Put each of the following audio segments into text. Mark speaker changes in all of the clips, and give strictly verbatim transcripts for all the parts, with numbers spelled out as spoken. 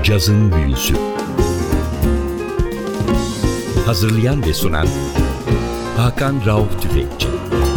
Speaker 1: Cazın Büyüsü. Hazırlayan ve sunan Hakan Rauf Tüfekçi.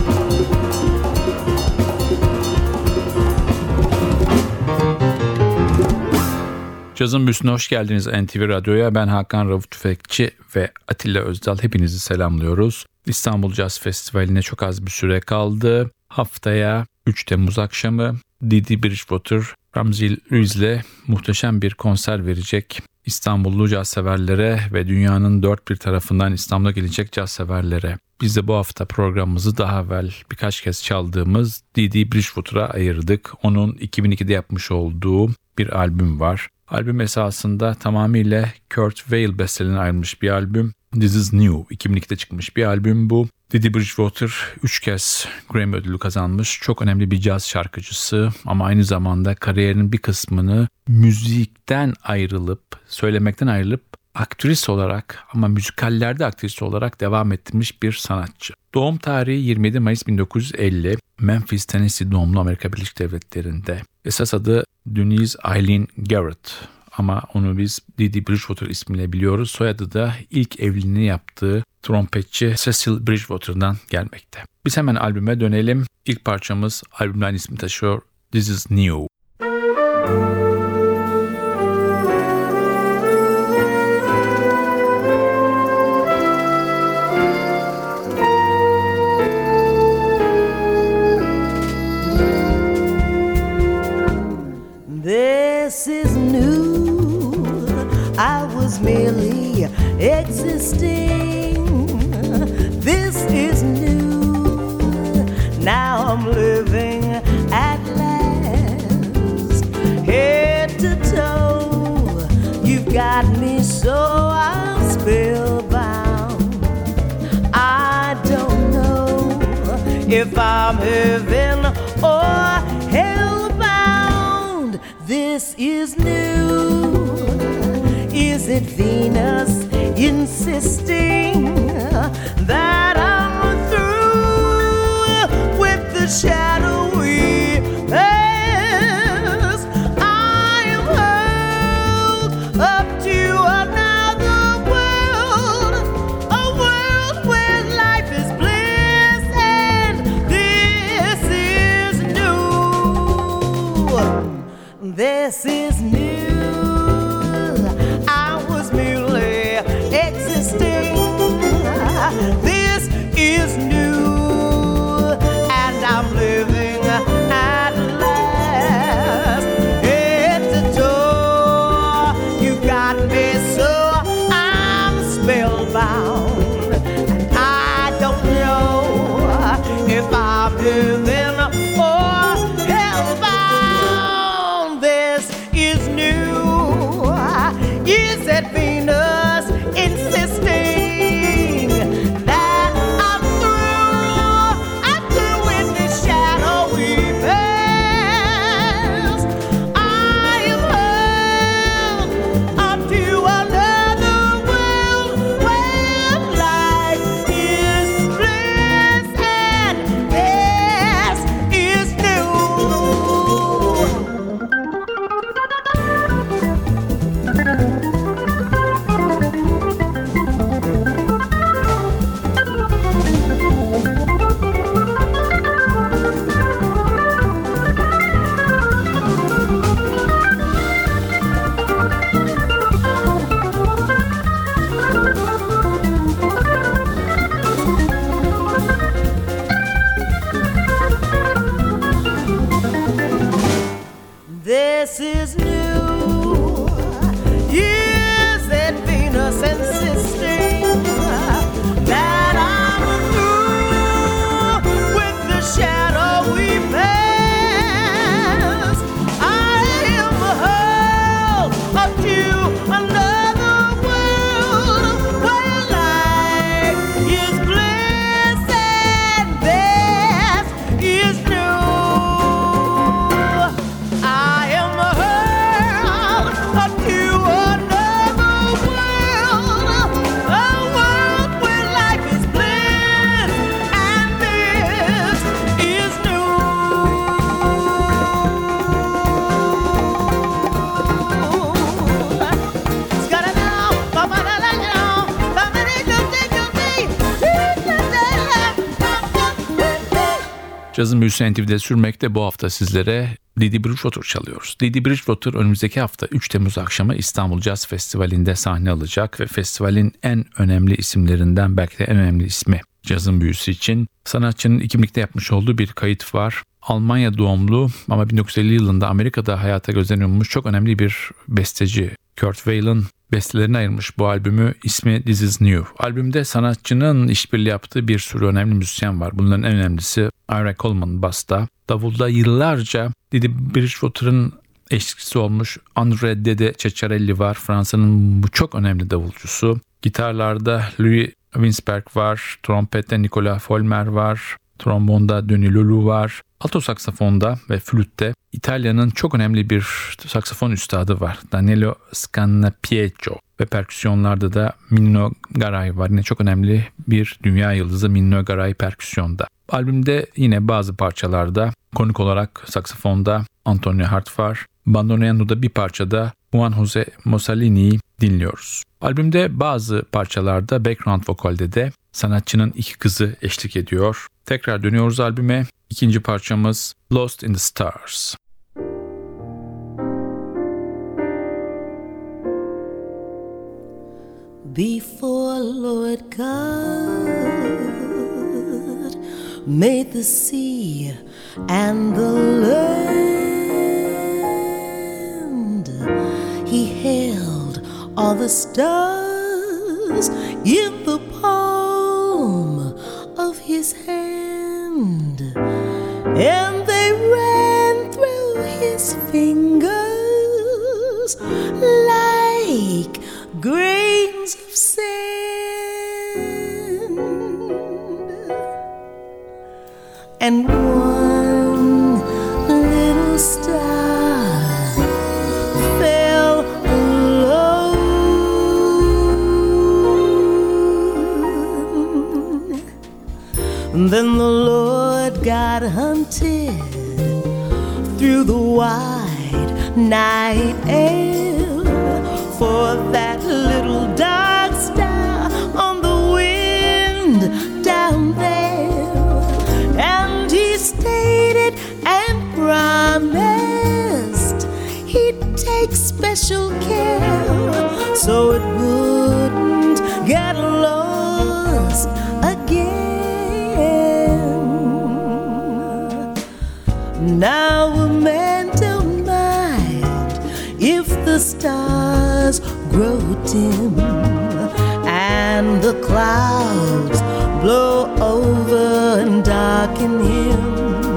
Speaker 2: Cazın Büyüsü'ne hoş geldiniz N T V Radyo'ya. Ben Hakan Rauf Tüfekçi ve Atilla Özdal. Hepinizi selamlıyoruz. İstanbul Caz Festivali'ne çok az bir süre kaldı. Haftaya üç Temmuz akşamı Didi Bridgewater, Ramsey Lewis muhteşem bir konser verecek. İstanbullu caz severlere ve dünyanın dört bir tarafından İstanbul'a gelecek caz severlere. Biz de bu hafta programımızı daha evvel birkaç kez çaldığımız Didi Bridgewater'a ayırdık. Onun iki bin ikide yapmış olduğu bir albüm var. Albüm esasında tamamıyla Kurt Weill besteliğine ayrılmış bir albüm. This is New, iki bin ikide çıkmış bir albüm bu. Didi Bridgewater üç kez Grammy ödülü kazanmış. Çok önemli bir caz şarkıcısı ama aynı zamanda kariyerinin bir kısmını müzikten ayrılıp, söylemekten ayrılıp aktris olarak ama müzikallerde aktris olarak devam ettirmiş bir sanatçı. Doğum tarihi yirmi yedi Mayıs bin dokuz yüz elli. Memphis, Tennessee doğumlu, Amerika Birleşik Devletleri'nde. Esas adı Denise Eileen Garrett ama onu biz Didi Bridgewater ismiyle biliyoruz. Soyadı da ilk evliliğini yaptığı trompetçi Cecil Bridgewater'dan gelmekte. Biz hemen albüme dönelim. İlk parçamız albümden ismi taşıyor. This is New.
Speaker 3: This is new. I was merely existing. This is new. Now I'm living at last. Head to toe, you've got me so I'm spellbound. I don't know if I'm heaven or hellbound. This is new. Is it Venus insisting that I'm through with the shadowy past? I am held up to another world, a world where life is bliss, and this is new. This is new. I was merely existing. This is new, and I'm living at last. Head to toe, you got me so I'm spellbound. And I don't know if I'm living or hellbound. This is new. Is it Venus insisting that I'm through? I'm through with this shadowy past. I am held up to another world where
Speaker 2: Cazın büyüsü N T V'de sürmekte. Bu hafta sizlere Didi Bridgewater çalıyoruz. Didi Bridgewater önümüzdeki hafta üç Temmuz akşamı İstanbul Jazz Festivali'nde sahne alacak ve festivalin en önemli isimlerinden, belki de en önemli ismi cazın büyüsü için. Sanatçının iki bin ikide yapmış olduğu bir kayıt var. Almanya doğumlu ama bin dokuz yüz elli yılında Amerika'da hayata gözden yummuş çok önemli bir besteci Kurt Weill bestelerini ayırmış bu albümü. İsmi This Is New. Albümde sanatçının işbirliği yaptığı bir sürü önemli müzisyen var. Bunların en önemlisi Ira Coleman basta. Davulda yıllarca Didi Bridgewater'ın eşlikçisi olmuş André Dede Ceccarelli var. Fransa'nın bu çok önemli davulcusu. Gitarlarda Louis Winsberg var. Trompette Nicolas Folmer var. Trombonda Denis Lulu var. Alto saksafonda ve flütte İtalya'nın çok önemli bir saksafon üstadı var. Daniele Scannapietro. Ve perküsyonlarda da Mino Garay var. Yine çok önemli bir dünya yıldızı Mino Garay perküsyonda. Albümde yine bazı parçalarda konuk olarak saksafonda Antonio Hart var. Bandoneo'da bir parçada Juan Jose Mussolini'yi dinliyoruz. Albümde bazı parçalarda background vokalde de sanatçının iki kızı eşlik ediyor. Tekrar dönüyoruz albüme. İkinci parçamız Lost in the Stars.
Speaker 4: Before Lord God made the sea and the land, He held all the stars in the palm of His hand, and they ran through His fingers like grains of sand, and one little star fell alone. Then the Lord God hunted through the wide night air for that little dark star on the wind down there, and He stated and promised He'd take special care so it wouldn't get lost again. Now a man don't mind if the stars grow dim and the clouds blow over and darken Him,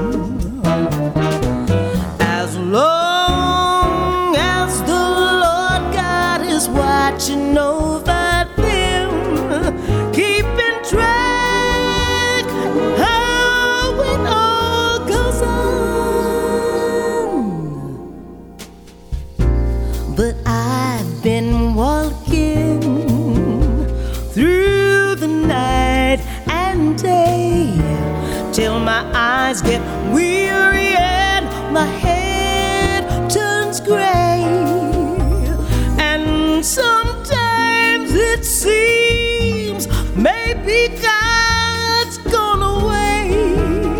Speaker 4: as long as the Lord God is watching over them, keeping track how it all goes on. But I've been walking through the night and day till my eyes get weary and my head turns gray, and sometimes it seems maybe God's gone away,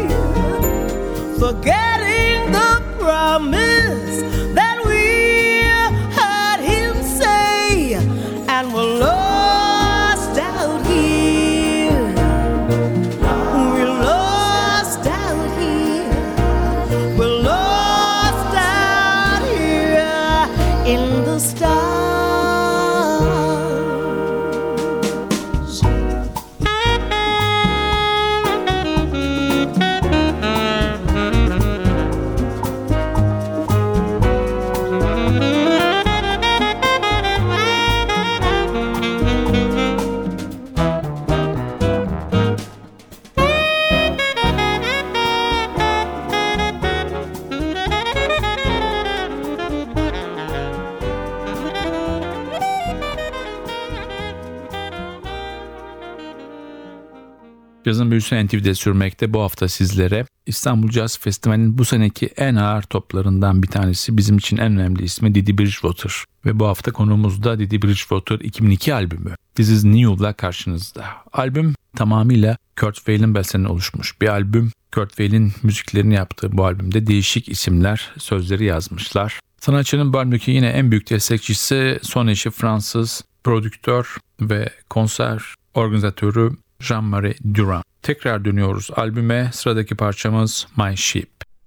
Speaker 4: forgetting the promise that we heard Him say, and we're lost out here. We're lost out here. We're lost out here in the stars.
Speaker 2: Cazın büyüsü N T V'de sürmekte. Bu hafta sizlere İstanbul Jazz Festivali'nin bu seneki en ağır toplarından bir tanesi, bizim için en önemli ismi Didi Bridgewater. Ve bu hafta konuğumuz da Didi Bridgewater iki bin iki albümü This Is New'la karşınızda. Albüm tamamıyla Kurt Weill'in bestesinden oluşmuş bir albüm. Kurt Weill'in müziklerini yaptığı bu albümde değişik isimler sözleri yazmışlar. Sanatçının bu albümdeki yine en büyük destekçisi son eşi Fransız prodüktör ve konser organizatörü Jean-Marie Durand. Tekrar dönüyoruz albüme. Sıradaki parçamız My Ship.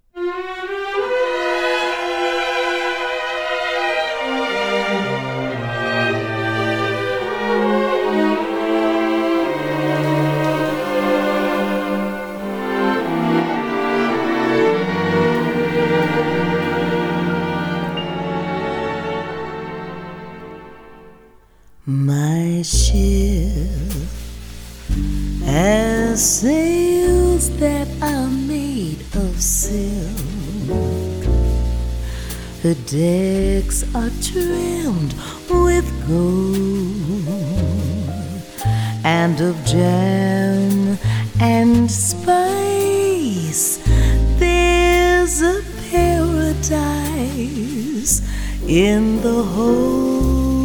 Speaker 4: My ship has sails that are made of silk. Her decks are trimmed with gold, and of jam and spice there's a paradise in the hold.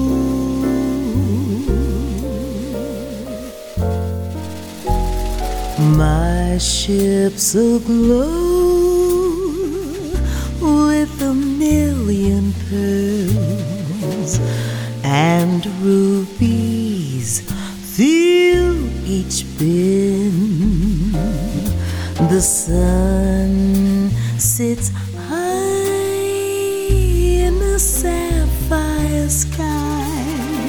Speaker 4: My ship's aglow with a million pearls and rubies fill each bin. The sun sits high in the sapphire sky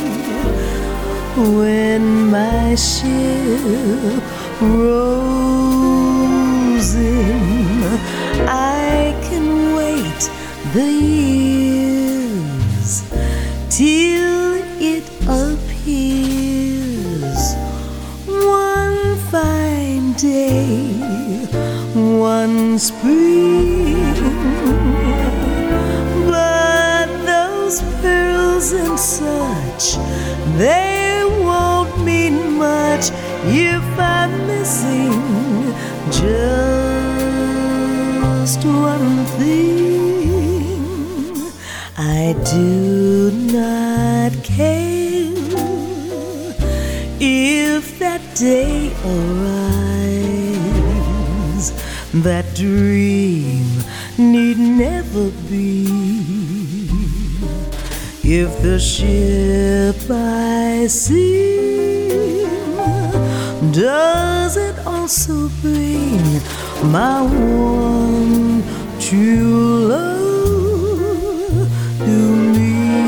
Speaker 4: when my ship rolls in. I can wait the years till it appears one fine day, one spring. But those pearls and such, they won't mean much if I'm missing just one thing. I do not care if that day arrives. That dream need never be. If the ship I see does it also bring my one true love to me?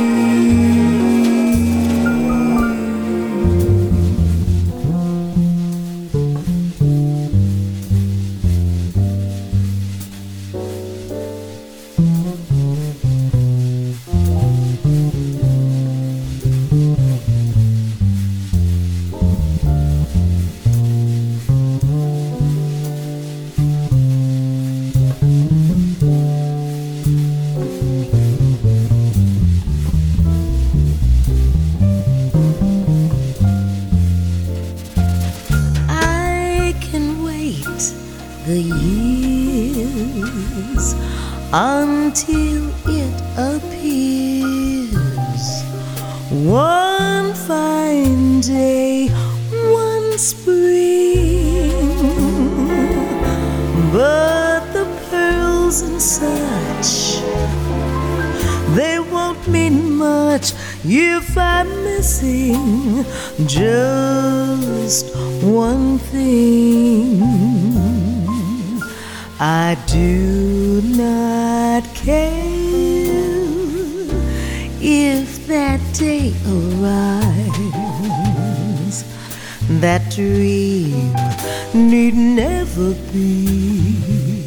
Speaker 4: The years until it appears one fine day, one spring. But the pearls and such, they won't mean much if I'm missing just one thing. I do not care if that day arrives. That dream need never be.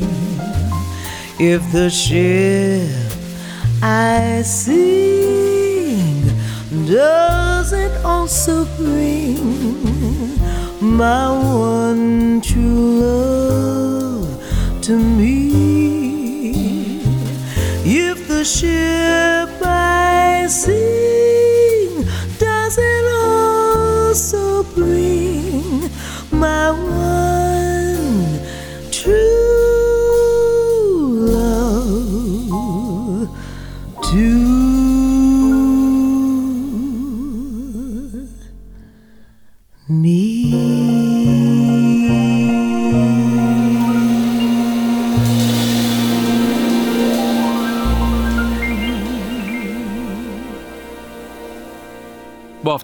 Speaker 4: If the ship I sing doesn't also bring my one true love to me. If the ship I sing doesn't also bring my one true love to me.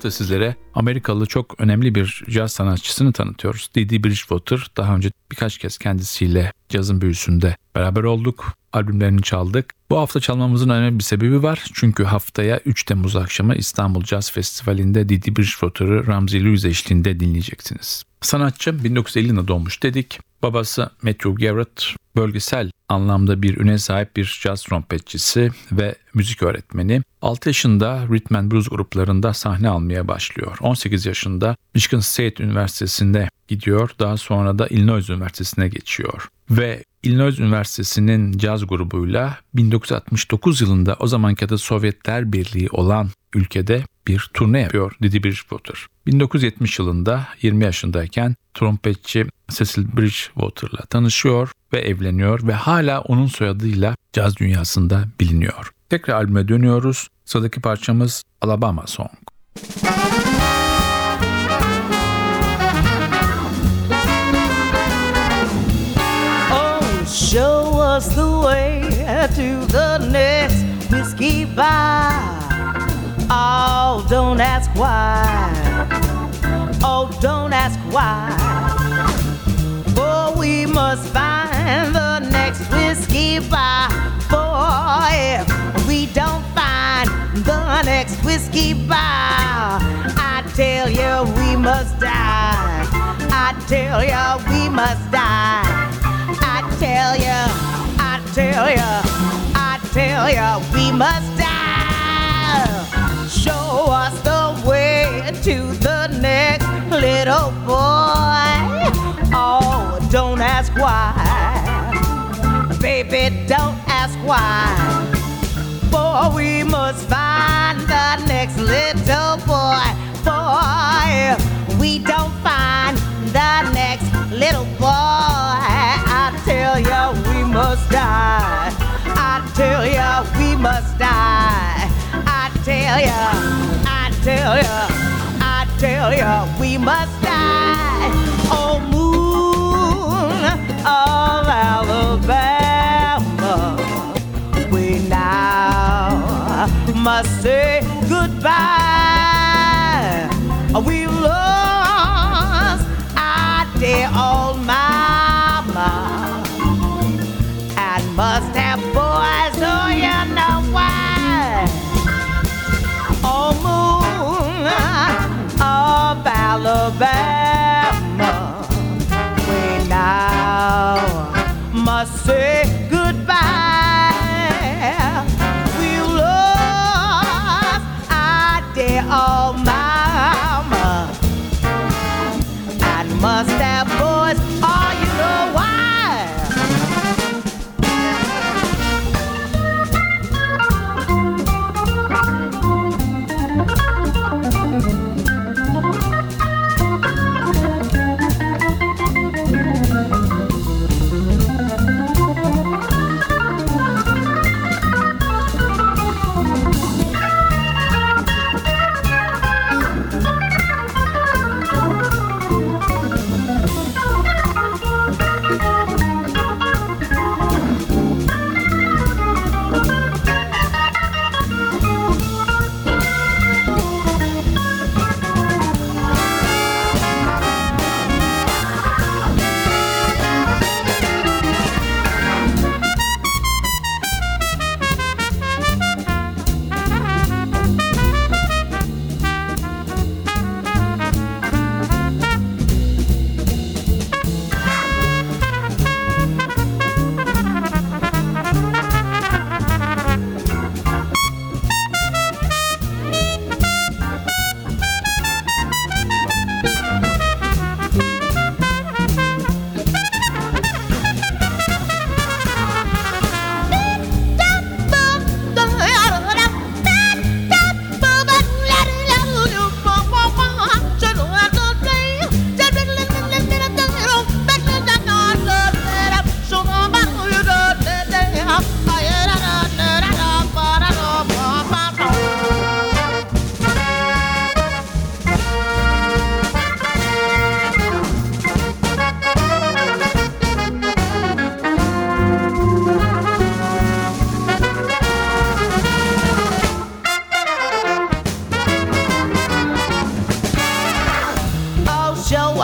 Speaker 2: hafta sizlere Amerikalı çok önemli bir caz sanatçısını tanıtıyoruz. Dee Bridgewater. Daha önce birkaç kez kendisiyle cazın büyüsünde beraber olduk. Albümlerini çaldık. Bu hafta çalmamızın önemli bir sebebi var. Çünkü haftaya üç Temmuz akşamı İstanbul Caz Festivali'nde Dee Bridgewater'ı Ramsey Lewis eşliğinde dinleyeceksiniz. Sanatçı bin dokuz yüz elli yılında doğmuş dedik. Babası Matthew Garrett, bölgesel anlamda bir üne sahip bir caz trompetçisi ve müzik öğretmeni. altı yaşında rhythm and blues gruplarında sahne almaya başlıyor. on sekiz yaşında Michigan State Üniversitesi'nde gidiyor. Daha sonra da Illinois Üniversitesi'ne geçiyor. Ve Illinois Üniversitesi'nin caz grubuyla bin dokuz yüz altmış dokuz yılında o zamanki adı Sovyetler Birliği olan ülkede bir turne yapıyor Dee Bridgewater. bin dokuz yüz yetmiş yılında yirmi yaşındayken trompetçi Cecil Bridgewater'la tanışıyor ve evleniyor ve hala onun soyadıyla caz dünyasında biliniyor. Tekrar albüme dönüyoruz. Sıradaki parçamız Alabama Song.
Speaker 4: Show us the way to the next whiskey bar. Oh, don't ask why. Oh, don't ask why. For we must find the next whiskey bar. For if we don't find the next whiskey bar, I tell you we must die. I tell you we must die. I tell you, I tell you, I tell you, we must die. Show us the way to the next little boy. Oh, don't ask why. Baby, don't ask why. For we must find the next little boy. For if we don't find the next little boy, I tell you we must die. I tell you we must die. I tell you, I tell you, I tell you we must die. Oh, moon of Alabama, we now must say goodbye. We lost our dear old mama and must have boys, oh you know why. Oh, moon of Alabama, we now must say goodbye. We lost our dear old mama and must have boys, oh you know why.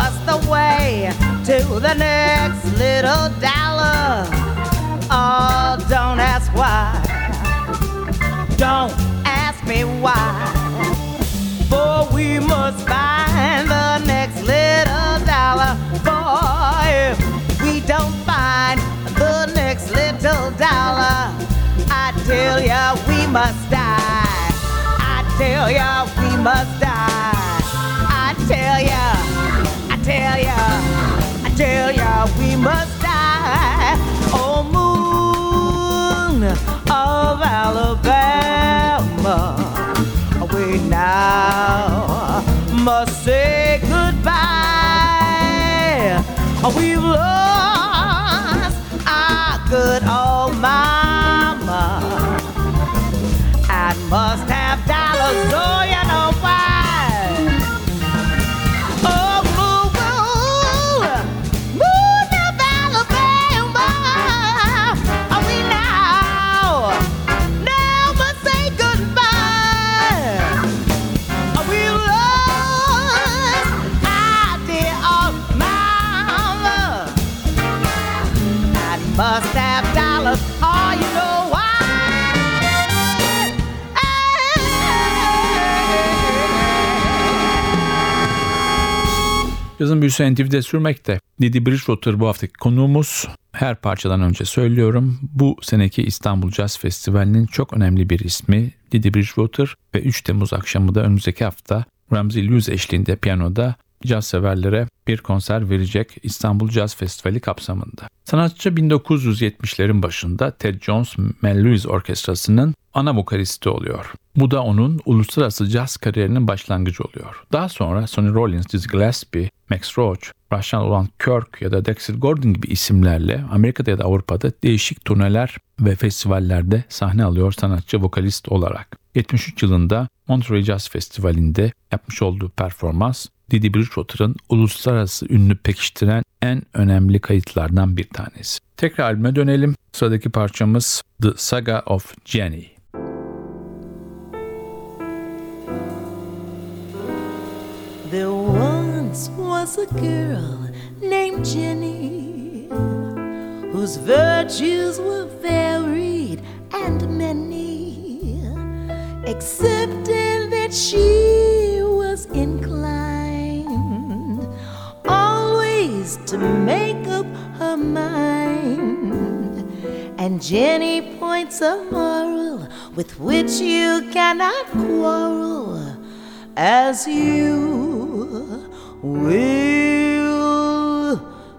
Speaker 4: what's the way to the next little dollar? Oh, don't ask why. Don't ask me why. For we must find the next little dollar. For if we don't find the next little dollar, I tell ya we must die. I tell ya we must die. I tell ya, I tell ya, I tell ya we must die. Oh, moon of Alabama, we now must say goodbye. We've lost our good old mama and must have dollars, so you know why. Oh, moon, moon of Alabama, we now, now must say goodbye. We lost our dear old mama and must have dollars, oh, you know why.
Speaker 2: Cazın büyüsü N T V'de sürmekte. Didi Bridgewater bu haftaki konuğumuz. Her parçadan önce söylüyorum. Bu seneki İstanbul Jazz Festivali'nin çok önemli bir ismi Didi Bridgewater ve üç Temmuz akşamı da önümüzdeki hafta Ramsey Lewis eşliğinde piyanoda caz severlere bir konser verecek İstanbul Jazz Festivali kapsamında. Sanatçı bin dokuz yüz yetmişlerin başında Ted Jones Mel Lewis Orkestrası'nın ana vokalisti oluyor. Bu da onun uluslararası caz kariyerinin başlangıcı oluyor. Daha sonra Sonny Rollins, Dizzy Gillespie, Max Roach, Russell Olan Kirk ya da Dexter Gordon gibi isimlerle Amerika'da ya da Avrupa'da değişik turneler ve festivallerde sahne alıyor sanatçı vokalist olarak. yetmiş üç yılında Monterey Jazz Festivali'nde yapmış olduğu performans Didi Bridgewater'ın uluslararası ünlü pekiştiren en önemli kayıtlardan bir tanesi. Tekrar albüme dönelim. Sıradaki parçamız The Saga of Jenny.
Speaker 4: There once was a girl named Jenny, whose virtues were varied and many, excepting that she was inclined always to make up her mind. And Jenny points a moral with which you cannot quarrel, as you will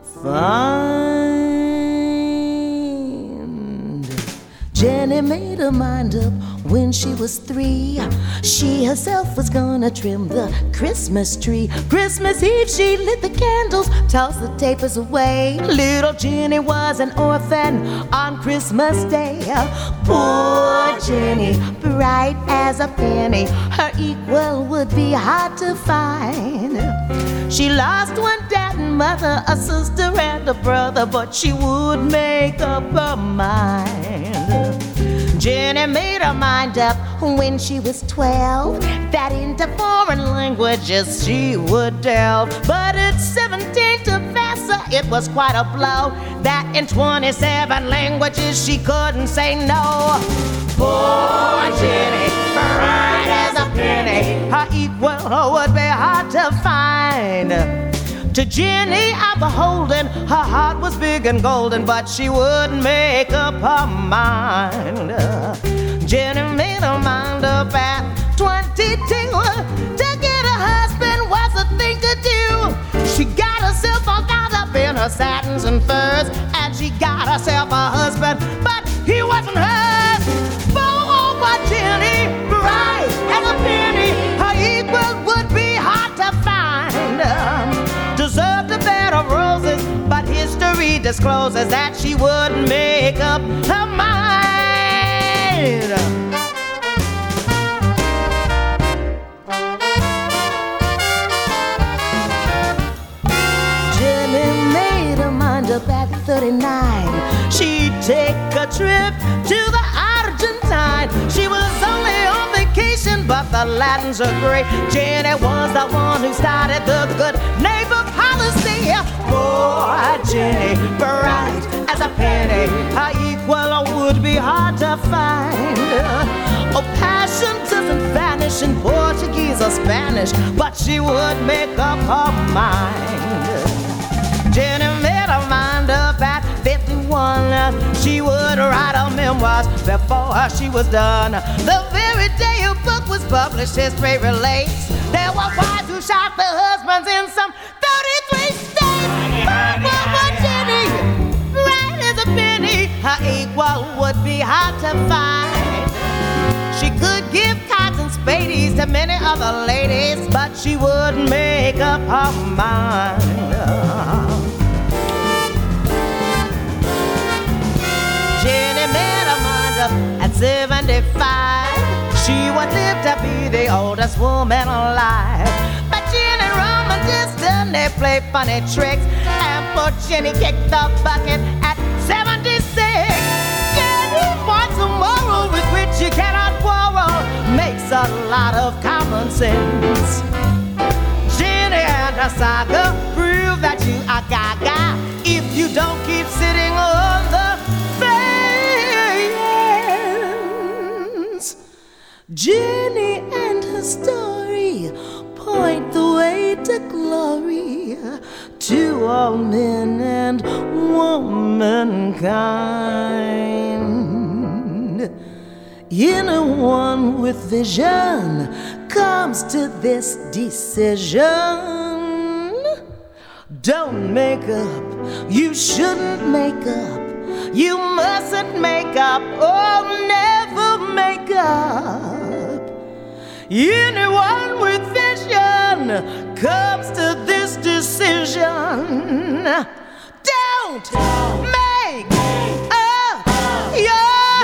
Speaker 4: find. Jenny made her mind up when she was three. She herself was gonna trim the Christmas tree. Christmas Eve she lit the candles, tossed the tapers away. Little Jenny was an orphan on Christmas Day. Poor Jenny, bright as a penny, her equal would be hard to find. She lost one dad and mother, a sister and a brother, but she would make up her mind. Jenny made her mind up when she was twelve that into foreign languages she would delve. But at seventeen to Vassar it was quite a blow that in twenty-seven languages she couldn't say no. Poor Jenny, bright as a penny, her equal would be hard to find. To Jenny I'm beholden, her heart was big and golden, but she wouldn't make up her mind. Jenny made her mind up at twenty-two. To get a husband was a thing to do. She got herself all got up in her satins and furs, and she got herself a husband, but he wasn't hers. Oh, but Jenny, bright as a penny, her equal would be hard to find. Deserved a bed of roses, but history discloses that she wouldn't make up her mind. Jenny made her mind up at thirty-nine. She'd take a trip to the Argentine. She was only on vacation, but the Latins are great. Jenny was the one who started the good neighbor policy. Jenny, bright as a penny. Her equal would be hard to find. Oh, passion doesn't vanish in Portuguese or Spanish, but she would make up her mind. Jenny made her mind up at fifty-one. She would write her memoirs before she was done. The very day her book was published, history relates there were wives who shot their husbands in some thirty-three states. But what was Jenny? Right as a penny. Her equal would be hard to find. She could give cards and spades to many other ladies, but she wouldn't make up her mind. Jenny made her mind up at seventy-five. She would live to be the oldest woman alive. But Jenny Roman just done they play funny tricks, and poor Jenny kicked the bucket at seventy-six. Jenny wants a moral with which you cannot quarrel, makes a lot of common sense. Jenny and her saga prove that you are gaga if you don't keep sitting on the fence. Jenny and her story point the way to glory to all men and womankind. Anyone with vision comes to this decision. Don't make up, you shouldn't make up, you mustn't make up, oh never make up. Anyone with vision comes to this decision. Don't make up your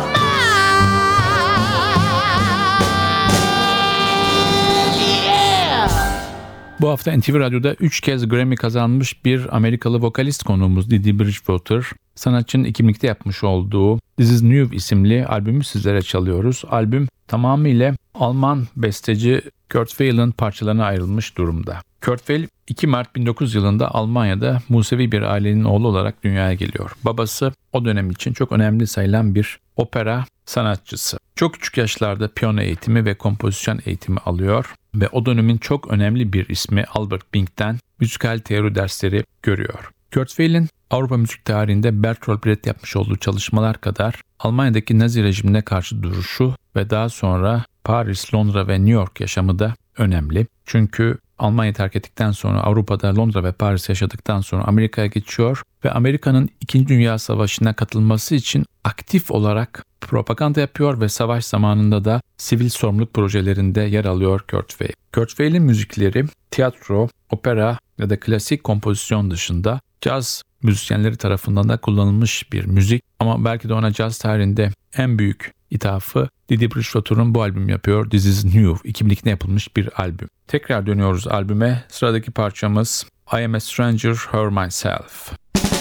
Speaker 4: mind. Yeah.
Speaker 2: Bu hafta N T V Radyo'da üç kez Grammy kazanmış bir Amerikalı vokalist konuğumuz Didi Bridgewater, sanatçının iki bin ikide yapmış olduğu This Is New isimli albümü sizlere çalıyoruz. Albüm tamamıyla Alman besteci Kurt Weill'in parçalarına ayrılmış durumda. Kurt Weill iki Mart bin dokuz yüz yılında Almanya'da Musevi bir ailenin oğlu olarak dünyaya geliyor. Babası o dönem için çok önemli sayılan bir opera sanatçısı. Çok küçük yaşlarda piyano eğitimi ve kompozisyon eğitimi alıyor ve o dönemin çok önemli bir ismi Albert Bink'ten müzikal teori dersleri görüyor. Kurt Weill'in Avrupa müzik tarihinde Bertolt Brecht yapmış olduğu çalışmalar kadar Almanya'daki Nazi rejimine karşı duruşu ve daha sonra Paris, Londra ve New York yaşamı da önemli. Çünkü Almanya terk ettikten sonra Avrupa'da Londra ve Paris yaşadıktan sonra Amerika'ya geçiyor ve Amerika'nın İkinci Dünya Savaşı'na katılması için aktif olarak propaganda yapıyor ve savaş zamanında da sivil sorumluluk projelerinde yer alıyor Kurt Weill. Kurt Weill'in müzikleri tiyatro, opera ya da klasik kompozisyon dışında caz müzisyenleri tarafından da kullanılmış bir müzik, ama belki de ona caz tarihinde en büyük ithafı Didi Bridgewater'ın bu albüm yapıyor. This Is New, iki bin ikide yapılmış bir albüm. Tekrar dönüyoruz albüme. Sıradaki parçamız I Am a Stranger Her Myself.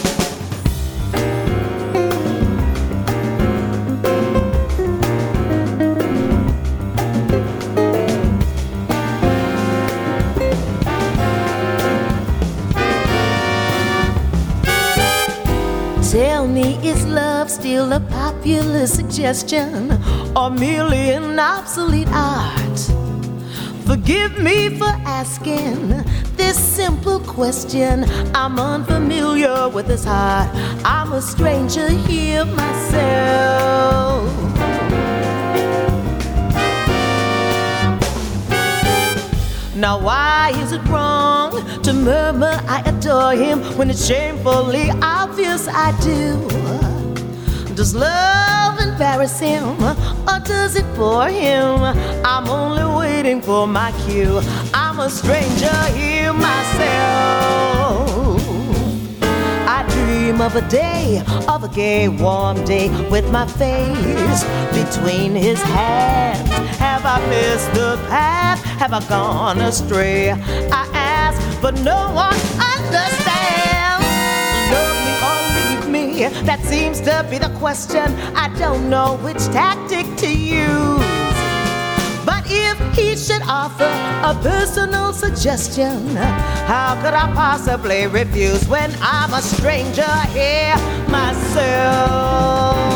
Speaker 4: Tell me, is love still a popular suggestion or merely an obsolete art? Forgive me for asking this simple question. I'm unfamiliar with this heart. I'm a stranger here myself. Now why is it wrong to murmur I adore him when it's shamefully obvious I do? Does love embarrass him or does it bore him? I'm only waiting for my cue. I'm a stranger here myself. I dream of a day, of a gay warm day with my face between his hands. Have I missed the path? Have I gone astray? I ask, but no one understands. Love me or leave me, that seems to be the question. I don't know which tactic to use. But if he should offer a personal suggestion, how could I possibly refuse when I'm a stranger here myself?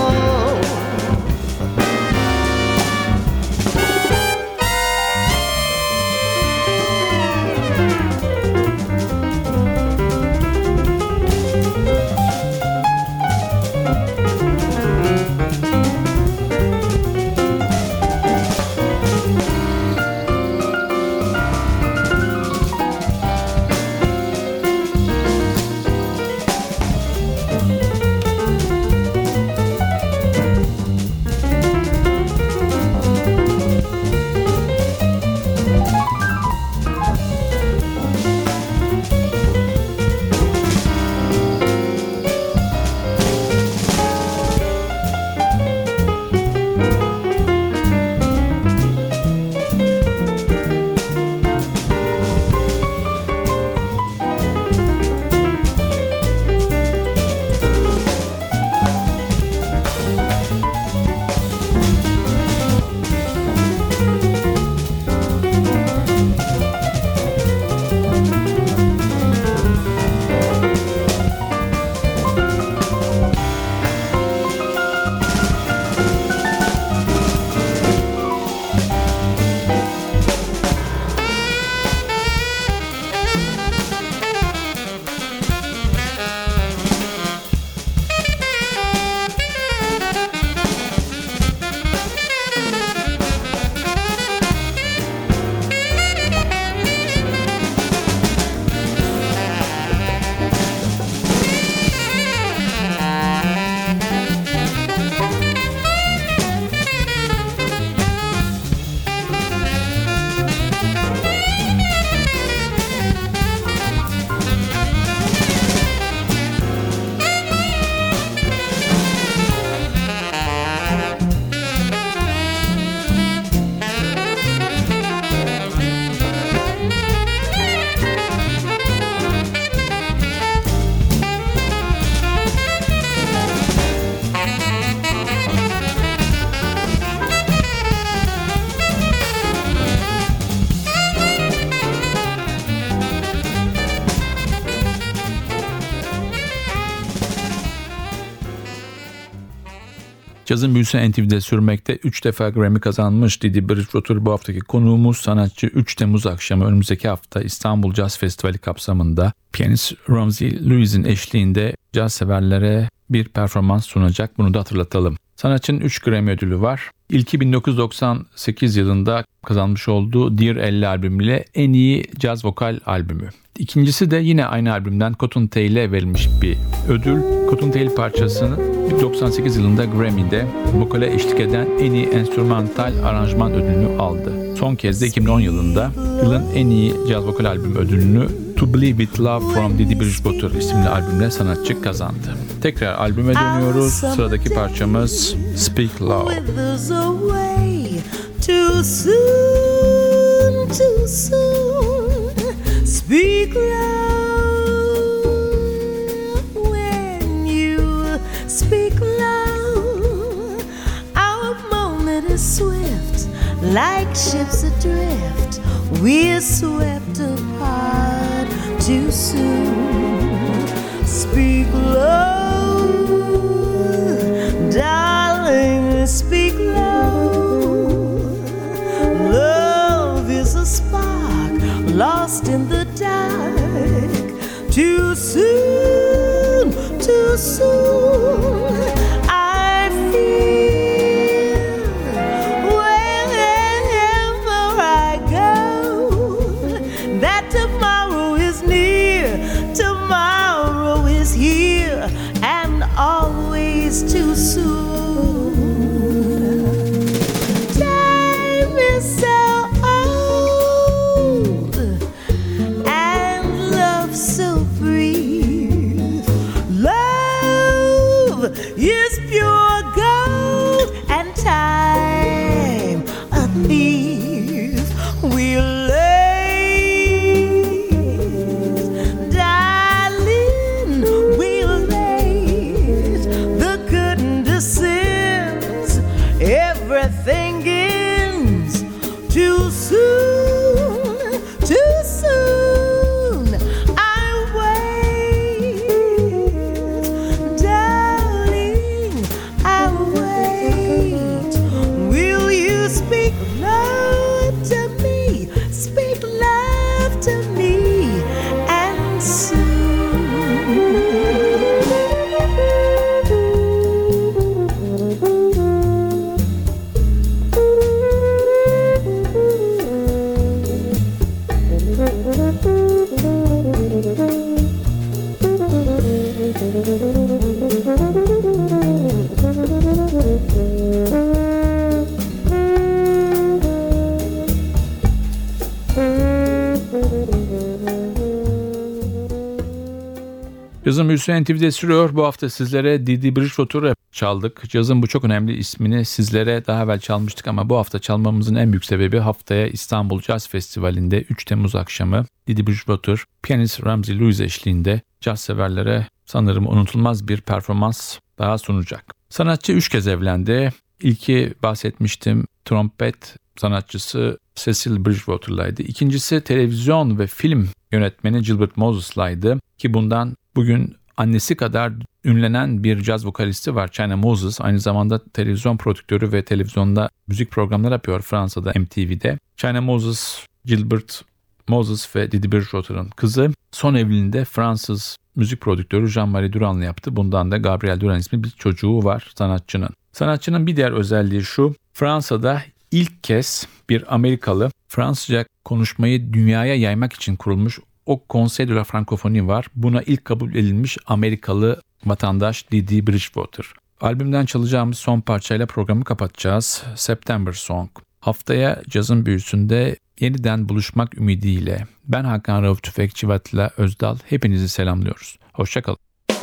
Speaker 2: Cazın büyüsü N T V'de sürmekte. üç defa Grammy kazanmış Didi Bridgewater bu haftaki konuğumuz. Sanatçı üç Temmuz akşamı önümüzdeki hafta İstanbul Caz Festivali kapsamında piyanist Ramsey Lewis'in eşliğinde caz severlere bir performans sunacak. Bunu da hatırlatalım. Sanatçının üç Grammy ödülü var. İlki bin dokuz yüz doksan sekiz yılında kazanmış olduğu Dear elli albümüyle en iyi caz vokal albümü. İkincisi de yine aynı albümden Cottontail'e verilmiş bir ödül. Cottontail parçasını doksan sekiz yılında Grammy'de vokale eşlik eden en iyi enstrümantal aranjman ödülünü aldı. Son kez de iki bin on yılında yılın en iyi caz vokal albümü ödülünü To Believe With Love from Didi Bridgewater isimli albümle sanatçı kazandı. Tekrar albüme dönüyoruz. Sıradaki parçamız Speak Love.
Speaker 4: Too soon, too soon, speak loud. When you speak loud, our moment is swift, like ships adrift. We're swept apart too soon. Speak loud, darling, speak loud. Love is a spark lost in the dark. Too soon, too soon, I feel wherever I go that tomorrow is near, tomorrow is here, and always too soon.
Speaker 2: Cazın büyüsü N T V'de sürüyor. Bu hafta sizlere Didi Bridgewater'ı çaldık. Cazın bu çok önemli ismini sizlere daha evvel çalmıştık ama bu hafta çalmamızın en büyük sebebi haftaya İstanbul Jazz Festivali'nde üç Temmuz akşamı Didi Bridgewater, piyanist Ramsey Lewis eşliğinde caz severlere sanırım unutulmaz bir performans daha sunacak. Sanatçı üç kez evlendi. İlki bahsetmiştim, trompet sanatçısı Cecil Bridgewater'laydı. İkincisi televizyon ve film yönetmeni Gilbert Moses'laydı ki bundan bugün annesi kadar ünlenen bir caz vokalisti var, China Moses. Aynı zamanda televizyon prodüktörü ve televizyonda müzik programları yapıyor Fransa'da M T V'de. China Moses, Gilbert Moses ve Didi Bridgewater'ın kızı. Son evliliğinde Fransız müzik prodüktörü Jean-Marie Duran'la yaptı. Bundan da Gabriel Duran ismi bir çocuğu var sanatçının. Sanatçının bir diğer özelliği şu: Fransa'da ilk kez bir Amerikalı Fransızca konuşmayı dünyaya yaymak için kurulmuş o Conseil de la Francophonie var. Buna ilk kabul edilmiş Amerikalı vatandaş Didi Bridgewater. Albümden çalacağımız son parçayla programı kapatacağız. September Song. Haftaya cazın büyüsünde yeniden buluşmak ümidiyle ben Hakan Rauf Tüfekçi ve Atilla Özdal hepinizi selamlıyoruz. Hoşçakalın.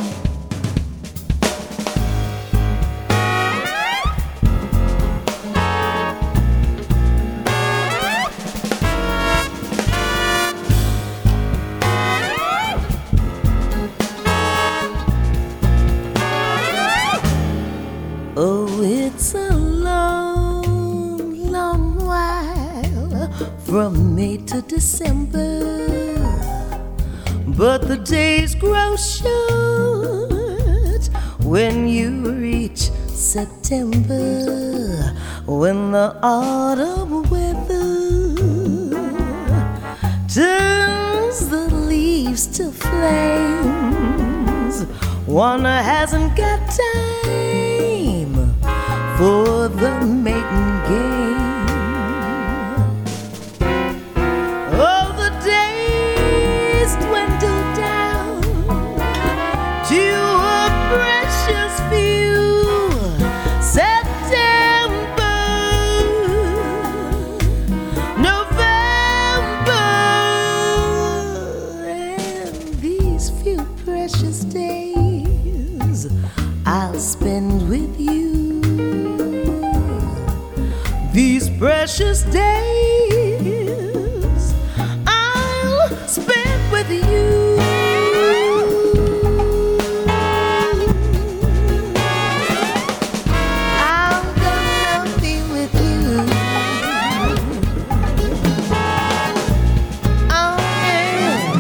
Speaker 4: Oh, it's a long, long while from May to December, but the days grow short when you reach September, when the autumn weather turns the leaves to flames. One hasn't got time for the maiden game. Oh, the days dwindle down to a precious few. September, November, and these few precious days I'll spend with you. These precious days I'll spend with you. I'm gonna be with you. Oh, yeah.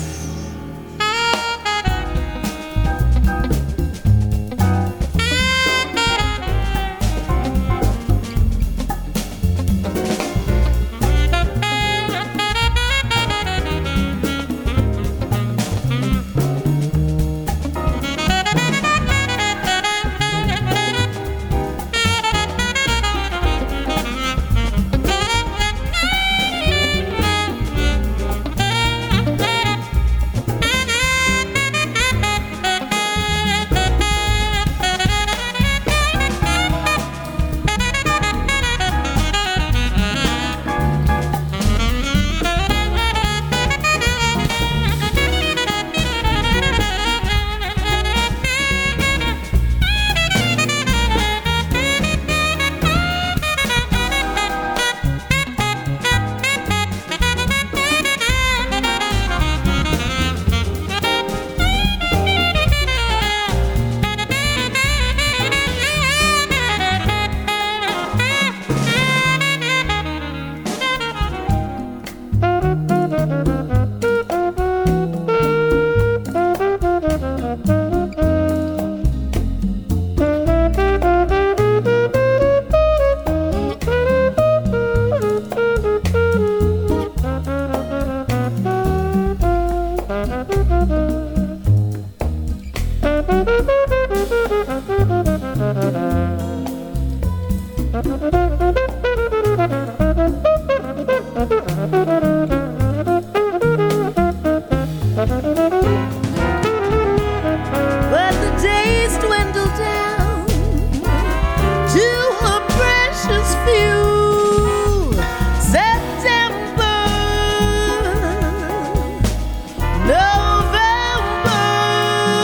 Speaker 4: But the days dwindle down to a precious few. September, November,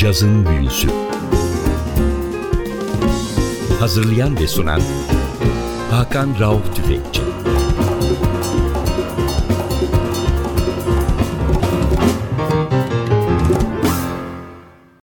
Speaker 1: Cazın Büyüsü. Hazırlayan ve sunan Hakan Rauf Tüfekçi.